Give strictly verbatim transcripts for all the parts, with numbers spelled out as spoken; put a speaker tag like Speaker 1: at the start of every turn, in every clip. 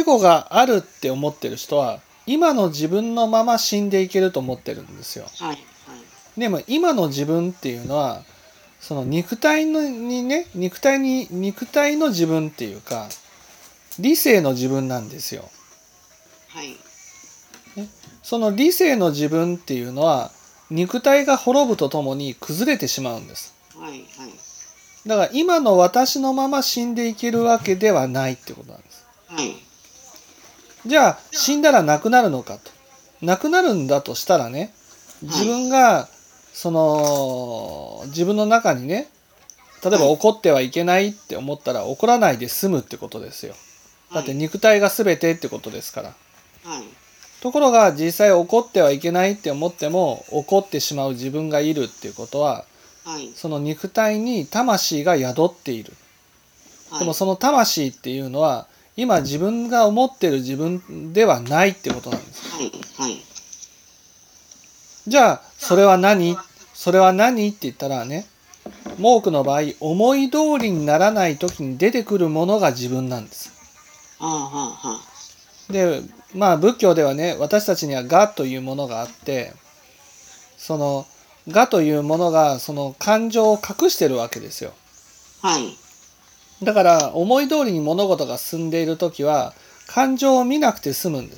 Speaker 1: 後があるって思ってる人は今の自分のまま死んでいけると思ってるんですよ。
Speaker 2: はいはい。
Speaker 1: でも今の自分っていうのはその肉体のにね肉体に肉体の自分っていうか理性の自分なんですよ。
Speaker 2: はい。
Speaker 1: ね、その理性の自分っていうのは肉体が滅ぶとともに崩れてしまうんです。
Speaker 2: はいはい。
Speaker 1: だから今の私のまま死んでいけるわけではないってことなんです。
Speaker 2: はい。
Speaker 1: じゃあ死んだらなくなるのかと。なくなるんだとしたらね、自分がその自分の中にね、例えば怒ってはいけないって思ったら怒らないで済むってことですよ。だって肉体が全てってことですから。
Speaker 2: はい。
Speaker 1: ところが実際怒ってはいけないって思っても怒ってしまう自分がいるっていうことは、
Speaker 2: はい。
Speaker 1: その肉体に魂が宿っている。
Speaker 2: はい。
Speaker 1: でもその魂っていうのは今自分が思ってる自分ではないってことなんです。
Speaker 2: はいはい。
Speaker 1: じゃあそれは何？それは何って言ったらね、多くの場合思い通りにならない時に出てくるものが自分なんです。
Speaker 2: はあはあはあ。
Speaker 1: で、まあ仏教ではね、私たちには我というものがあって、その我というものがその感情を隠してるわけですよ。
Speaker 2: はい。
Speaker 1: だから思い通りに物事が進んでいる時は感情を見なくて済むんです。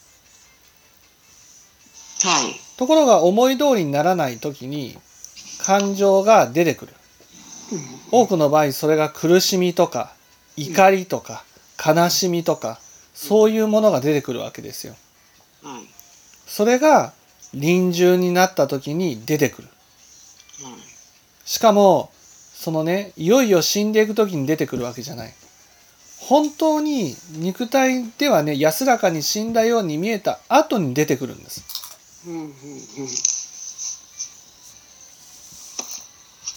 Speaker 2: はい。
Speaker 1: ところが思い通りにならない時に感情が出てくる。多くの場合それが苦しみとか怒りとか悲しみとかそういうものが出てくるわけですよ。
Speaker 2: はい。
Speaker 1: それが臨終になった時に出てくる。
Speaker 2: はい。
Speaker 1: しかもそのね、いよいよ死んでいく時に出てくるわけじゃない。本当に肉体ではね、安らかに死んだように見えた後に出てくるんです。
Speaker 2: うんうんうん。